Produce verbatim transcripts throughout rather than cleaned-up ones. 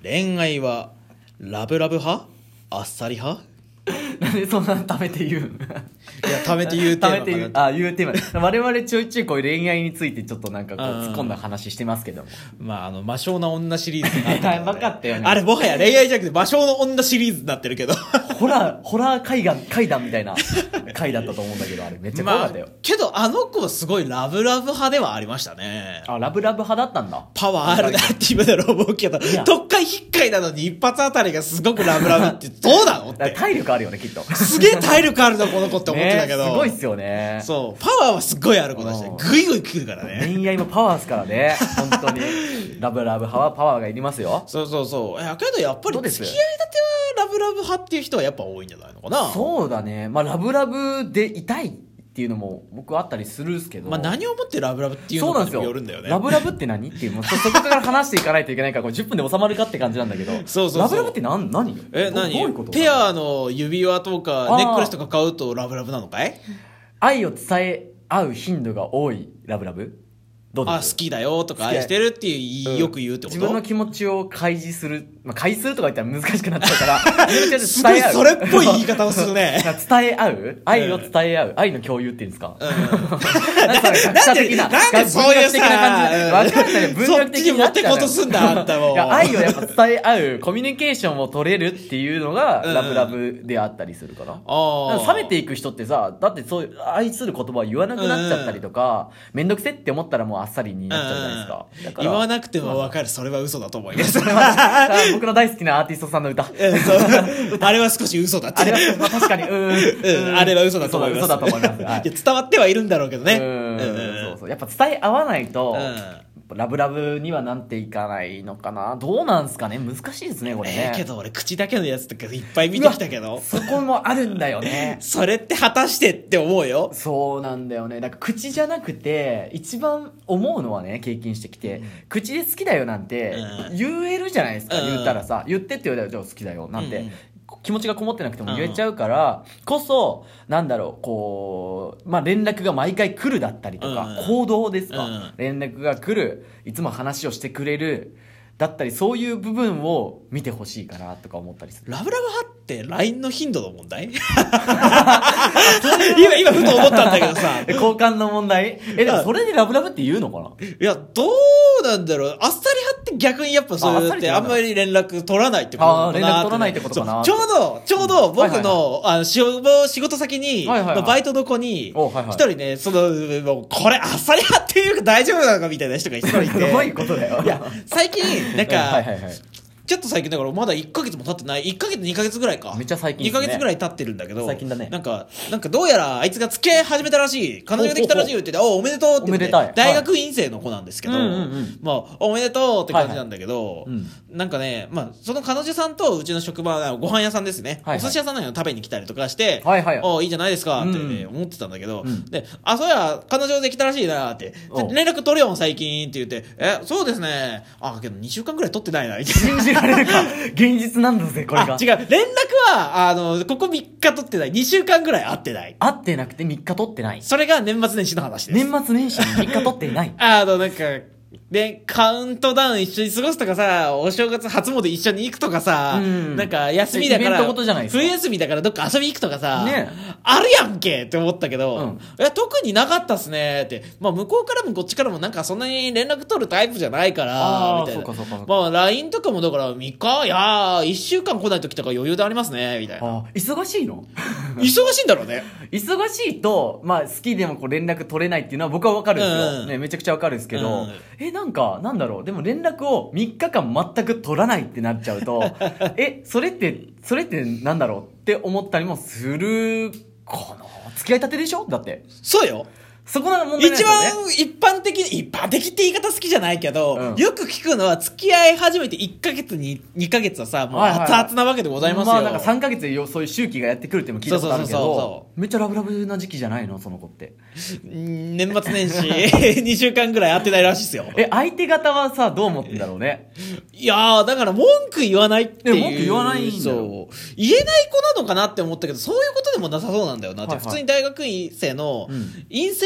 恋愛はラブラブ派あっさり派なんでそんなためて言うんいやためて言うテーマかなためて言うあ言うテーマ我々ちょいちょいこういう恋愛についてちょっとなんかこう突っ込んだ話してますけども、 まああの魔性な女シリーズになってるからね分かったよねあれもはや恋愛じゃなくて魔性の女シリーズになってるけどホラーホラー怪談怪談みたいな回だったと思うんだけどあれめっちゃ怖かったよ、 まあ、けどあの子はすごいラブラブ派ではありましたね。 あラブラブ派だったんだ。 パワーあるなって今だろう思うけど特会引っかいなのに一発あたりがすごくラブラブってどうなのって体力あるよねきっとすげえ体力あるのこの子って思ってたけど、 ね、すごいっすよね。 そうパワーはすごいある子だしグイグイ来るからね。 恋愛もパワーですからね本当にラブラブ派はパワーがいりますよ。 そうそうそう。やけどやっぱり付き合いたてはラブラブ派っていう人はやっぱ多いんじゃないのかな。 そうだね。まあラブラブでいたいっていうのも僕はあったりするんですけど、 まあ何をもってラブラブっていうのかにもよるんだよね。 ラブラブって何っていうもうそこから話していかないといけないからこれじゅっぷんで収まるかって感じなんだけどそうそうそうラブラブって何何え何どういうことペアの指輪とかネックレスとか買うとラブラブなのかい。 愛を伝え合う頻度が多いラブラブどうですあ好きだよとか愛してるっていう、うん、よく言うってこと。 自分の気持ちを開示する、まあ、開示するとか言ったら難しくなっちゃうからすごいそれっぽい言い方をするね伝え合う愛を伝え合う、うん、愛の共有っていうんですか、うん、なんか学者的ななんでそういうさ文学的な感じで分かんない文学的になっちゃうそっちに持ってことすんだあんたもいや愛をやっぱ伝え合うコミュニケーションを取れるっていうのがラブラブであったりするかな、うん、か冷めていく人ってさだってそういう愛する言葉を言わなくなっちゃったりとか面倒、うん、くせって思ったらもうあっさりになっちゃうじゃないですか。だから言わなくても分かるそれは嘘だと思います僕の大好きなアーティストさんの歌あれは少し嘘だってあれは、まあ、確かにうーん、うん、あれは嘘だと思います。 嘘だと思います、はい、いや伝わってはいるんだろうけどね。 うんそうそうやっぱ伝え合わないと、うん、ラブラブにはなんていかないのかな。どうなんすかね難しいですねこれね、 えー、けど俺口だけのやつとかいっぱい見てきたけどそこもあるんだよねそれって果たしてって思うよ。 そうなんだよね。だから口じゃなくて一番思うのはね経験してきて、うん、口で好きだよなんて言えるじゃないですか、うん、言ったらさ言ってって言われたらじゃあ好きだよなんて、うん気持ちがこもってなくても言えちゃうからこそなんだろうこうまあ連絡が毎回来るだったりとか、うん、行動ですか、うん、連絡が来るいつも話をしてくれるだったりそういう部分を見てほしいかなとか思ったりする。 ラブラブ派って ライン の頻度の問題今今ふと思ったんだけどさ交換の問題えでもそれでラブラブって言うのかな。 いやどうなんだろう。あっさり派って逆にやっぱそうやってあんまり連絡取らないってことかな。 あ連絡取らないってことかな。 ちょうどちょうど僕の、あの仕事仕事先に、はいはいはい、バイトの子に一、はいはい、人ねそのもうこれあっさり派っていうか大丈夫なのかみたいな人が一人いてどういうことだよ。 いや最近なんか、はいはいはい、ちょっと最近だからまだいっかげつも経ってないいっかげつにかげつぐらいかめっちゃ最近ですね。 にかげつぐらい経ってるんだけど最近だね。 なんかなんかどうやらあいつが付き合い始めたらしい彼女ができたらしいよって言っておおめでとうって言って、ね、大学院生の子なんですけど、はいうんうんうん、まあおめでとうって感じなんだけど、はいはいうん、なんかねまあその彼女さんとうちの職場ご飯屋さんですね、はいはい、お寿司屋さんなんか食べに来たりとかして、はいはい、おいいじゃないですかって、ねうん、思ってたんだけど、うん、であそうや彼女できたらしいなって連絡取れよ最近って言ってえそうですねあけどにしゅうかんぐらい取ってないなみたいな信じられるか現実なんだぜこれが。 違う連絡はあのここみっか取ってないにしゅうかんぐらい会ってない会ってなくてみっか取ってない。 それが年末年始の話です。 年末年始にみっか取っていないあのなんかで、カウントダウン一緒に過ごすとかさ、お正月初詣一緒に行くとかさ、うん、なんか休みだから、冬休みだからどっか遊び行くとかさ、ね、あるやんけって思ったけど、うん、いや特になかったっすねって。まあ向こうからもこっちからもなんかそんなに連絡取るタイプじゃないから、みたいな。そうかそうか。まあ ライン とかもだからみっかいやーいっしゅうかん来ない時とか余裕でありますね、みたいな。 あ忙しいの忙しいんだろうね。 忙しいと、まあ好きでもこう連絡取れないっていうのは僕はわかるんですよ、うんね。めちゃくちゃわかるんですけど、うん、え、なんか、なんだろう、でも連絡をみっかかん全く取らないってなっちゃうと、え、それって、それってなんだろうって思ったりもするかな。付き合いたてでしょだって。 そうよ。 そこの問題なんですよね。 一番一般的に、一般的って言い方好きじゃないけど、うん、よく聞くのは付き合い始めていっかげつににかげつはさ、もう熱々なわけでございますよ。 まあなんかさんかげつでそういう周期がやってくるっても聞いたことあるけど、そうそうそうそうめっちゃラブラブな時期じゃないのその子って。 年末年始にしゅうかんぐらい会ってないらしいですよ。 え、相手方はさ、どう思ってんだろうね。 いやー、だから文句言わないっていう。 文句言わないんだよ。 そう。言えない子なのかなって思ったけど、そういうことでもなさそうなんだよなって。はいはい、普通に大学院生の、陰性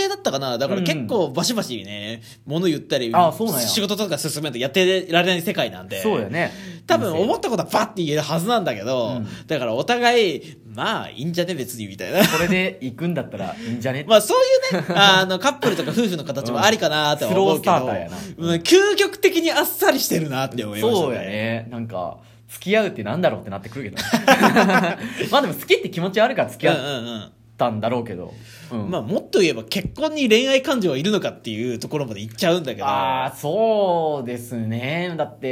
性だったかな。だから結構バシバシね、物言ったり、 あそうなんや仕事とか進めてやってられない世界なんで。 そうよね。 多分思ったことはバッて言えるはずなんだけど、うん、だからお互い、まあいいんじゃね別にみたいな。 これで行くんだったらいいんじゃねまあそういうね、あのカップルとか夫婦の形もありかなって思うけど、うん、スロースターターやな。うん、究極的にあっさりしてるなって思いましたね。 そうやね。なんか、付き合うってなんだろうってなってくるけど。まあでも好きって気持ちあるから付き合ったんだろうけど。 うんうんうん、まあもっと言えば結婚に恋愛感情はいるのかっていうところまで行っちゃうんだけど。 ああ、そうですね。だって、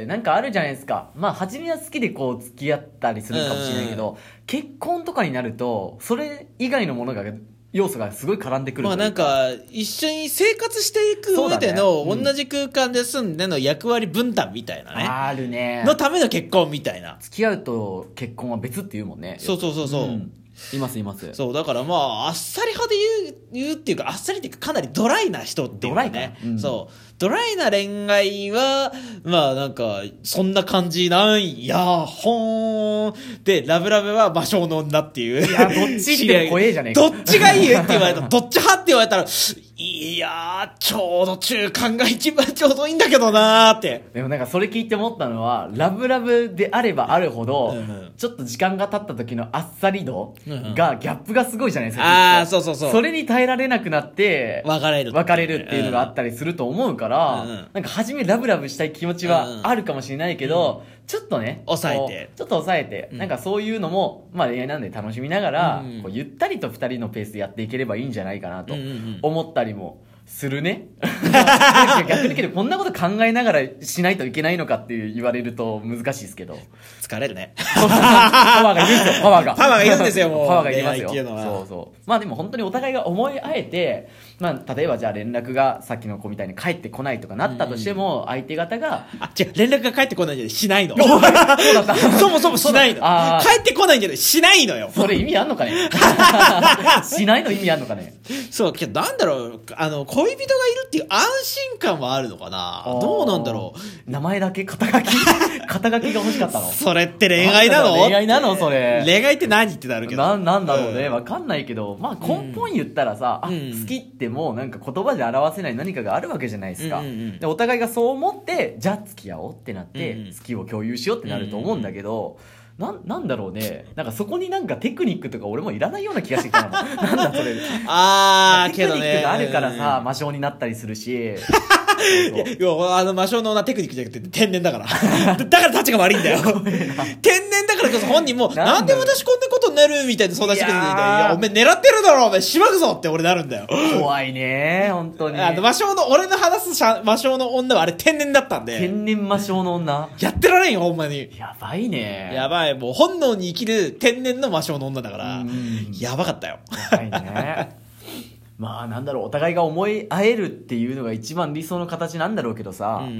なんかあるじゃないですか。まあ初めは好きでこう付き合ったりするかもしれないけど、うん、結婚とかになると、それ以外のものが、要素がすごい絡んでくる。 まあなんか、一緒に生活していく上での、同じ空間で住んでの役割分担みたいなね。 あるね。 のための結婚みたいな。 付き合うと結婚は別って言うもんね。 そうそうそうそう。うん、 いますいます。 そう、だからまあ、あっさり派で言う、言うっていうか、あっさりっていうかかなりドライな人っていうかね。ドライか、うん、そう。ドライな恋愛は、まあなんか、そんな感じなんや、ほーん。で、ラブラブは魔性の女っていう。 いや、どっちって怖えじゃねえか。 どっちがいいって言われたら、どっち派って言われたら、いやー、ちょうど中間が一番ちょうどいいんだけどなーって。 でもなんかそれ聞いて思ったのは、ラブラブであればあるほど、うんうん、ちょっと時間が経った時のあっさり度が、ギャップがすごいじゃないですか。 ああ、そうそうそう。 それに耐えられなくなって、 別れる。 別れるっていうのがあったりすると思うから、うんうん、なんか初めラブラブしたい気持ちはあるかもしれないけど、うん、ちょっとね、 抑えて。 ちょっと抑えて、うん、なんかそういうのも、まあ恋愛なんで楽しみながら、うんうん、こうゆったりと二人のペースでやっていければいいんじゃないかなと思ったりも、するね。逆にけどこんなこと考えながらしないといけないのかって言われると難しいですけど。 疲れるね。 パワーがいるんですよ、パワーが。 パワーがいるんですよ、もう。 パワーがいりますよ。そうそう。まあでも本当にお互いが思い合えて、まあ例えばじゃあ連絡がさっきの子みたいに帰ってこないとかなったとしても、相手方が。 あ、違う、連絡が帰ってこないんじゃないしないの。そうだった。そもそもしないの。帰ってこないんじゃないしないのよ。 それ意味あんのかねしないの意味あんのかね。 そう、けどなんだろう、あの、恋人がいるっていう安心感はあるのかな。どうなんだろう。名前だけ肩書き肩書きが欲しかったの。 それって恋愛なの？ 恋愛なのそれ。 恋愛って何ってなるけど。 な、なんだろうね。わかんないけど、まあ根本言ったらさ、うん、あ、好きってもうなんか言葉で表せない何かがあるわけじゃないですか。うんうんうん、でお互いがそう思って、じゃあ付き合おうってなって、うんうん、好きを共有しようってなると思うんだけど、な、なんだろうね。なんかそこになんかテクニックとか俺もいらないような気がしてきたの。なんだそれ。 あー、けどね。 テクニックがあるからさ、魔性になったりするし。 いや、あの魔性のテクニックじゃなくて天然だから。だから立ちが悪いんだよ。天然だからこそ本人も、なんで私こんなことになるみたいな相談してくれて、いや、お前狙ってるだろ、お前しばくぞって俺なるんだよ。 怖いね、本当に。 あの魔性の、俺の話す魔性の女はあれ天然だったんで。 天然魔性の女やってられんよ、ほんまに。 やばいね。 やばい、もう本能に生きる天然の魔性の女だから、やばかったよ。 やばいね。まあなんだろう、お互いが思い合えるっていうのが一番理想の形なんだろうけどさ、うんうん、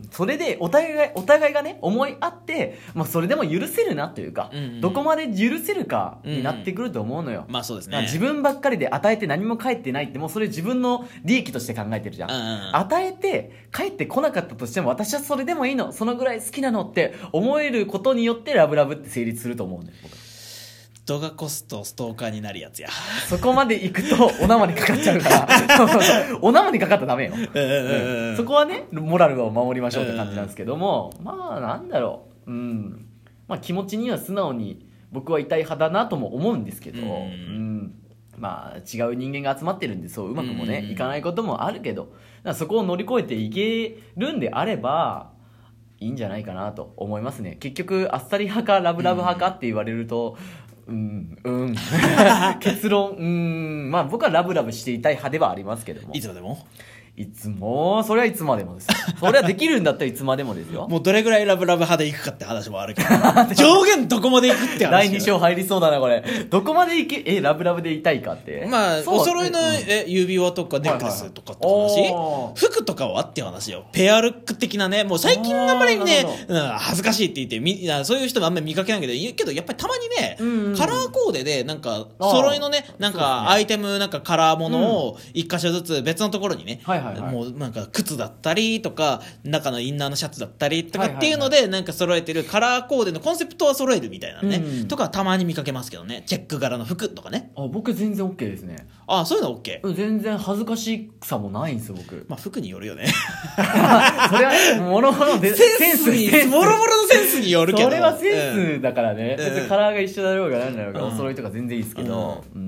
それでお互いがお互いがね思い合って、まあ、それでも許せるなというか、うんうん、どこまで許せるかになってくると思うのよ、うんうん、 まあそうですね。 自分ばっかりで与えて何も返ってないってもうそれ自分の利益として考えてるじゃん、うんうん、与えて返ってこなかったとしても私はそれでもいいの、そのぐらい好きなのって思えることによってラブラブって成立すると思うね僕。 動画コストストーカーになるやつや。 そこまで行くとお生にかかっちゃうからお生にかかったらダメよ、うん、そこはねモラルを守りましょうって感じなんですけども、まあなんだろう、うん、まあ気持ちには素直に僕はいたい派だなとも思うんですけど、うん、うん、まあ違う人間が集まってるんでそううまくもね、うん、いかないこともあるけど、そこを乗り越えていけるんであればいいんじゃないかなと思いますね。結局あっさり派かラブラブ派かって言われると、うん、うん。結論、うん、まあ僕はラブラブしていたい派ではありますけども。 いつまでもいつも、それはいつまでもです。それはできるんだったらいつまでもですよ。 もうどれぐらいラブラブ派でいくかって話もあるけど。上限どこまでいくって話。 だいに章入りそうだな、これ。どこまでいけ、え、ラブラブでいたいかって。 まあ、お揃いの、うん、え、指輪とかネックレスとかって話、はいはい、服とかはって話よ。ペアルック的なね。もう最近あんまりね、うん、恥ずかしいって言ってみ、そういう人もあんまり見かけないけど、言うけど、やっぱりたまにね、うんうん、カラーコーデで、なんか、揃いのね、なんか、アイテム、なんかカラーものを一箇所ずつ別のところにね、はいはいはいはい、 もうなんか靴だったりとか中のインナーのシャツだったりとかっていうのでなんか揃えてるカラーコーデのコンセプトは揃えるみたいなね、うん、とかたまに見かけますけどね。チェック柄の服とかね。 あ、僕全然 OK ですね。 あ、そういうの OK。 全然恥ずかしさもないんですよ僕。 まあ服によるよねそれはもろもろでセンスにもろもろのセンスによるけど、 それはセンスだからね、うん、別にカラーが一緒だろうが何だろうが、うん、お揃いとか全然いいですけど、うん、うん、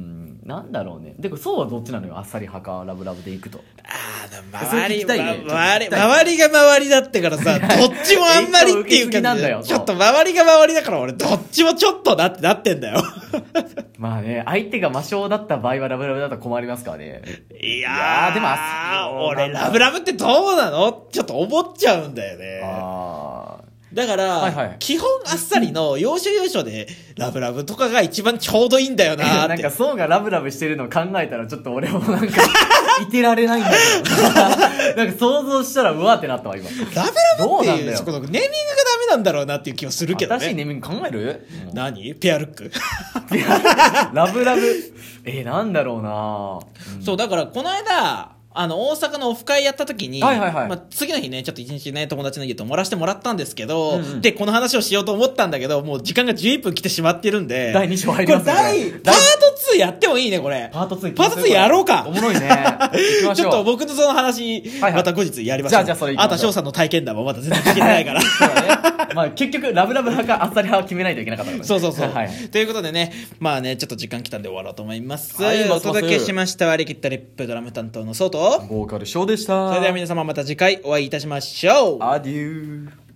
なんだろうね。でもそうはどっちなのよ。あっさり派かラブラブでいくと。 ああ、周り、ね、周り周りが周りだってからさ、どっちもあんまりっていうか、ね、ちょっと周りが周りだから俺どっちもちょっとなってなってんだよまあね、相手が魔性だった場合はラブラブだと困りますからね。 いやー、でもあ俺ラブラブってどうなのちょっと思っちゃうんだよね。あだから、はいはい、基本あっさりの要所要所でラブラブとかが一番ちょうどいいんだよなーって。 なんかそうがラブラブしてるのを考えたらちょっと俺もなんかいてられないんだけどなんか想像したらうわーってなったわ今。ラブラブっていうそこのネーミングがダメなんだろうなっていう気はするけどね。 新しいネーミング考える？ 何？ペアルックラブラブえー、なんだろうな、 うん、そうだからこの間あの大阪のオフ会やった時に、はいはいはい、まあ、次の日ねちょっと一日ね友達の家泊まらせてもらったんですけど、うんうん、でこの話をしようと思ったんだけどもう時間がじゅういっぷん来てしまってるんでだいに章入りますね。 これ第パートツーやってもいいねこれ。 パートツーパートツーやろうか。 おもろいね行きましょう。 ちょっと僕のその話、はいはい、また後日やりましょう。 じゃあじゃあそれ行きましょう。 あと翔さんの体験談もまだ全然聞けてないからそうだね。まあ結局ラブラブ派かあっさり派を決めないといけなかったから、ね、 そうそうそう、 はい、 ということでねまあねちょっと時間来たんで終わろうと思います、はい、お届けしました割り切ったリップドラム担当のソウとボーカルショーでした。 それでは皆様また次回お会いいたしましょう。 アデュー。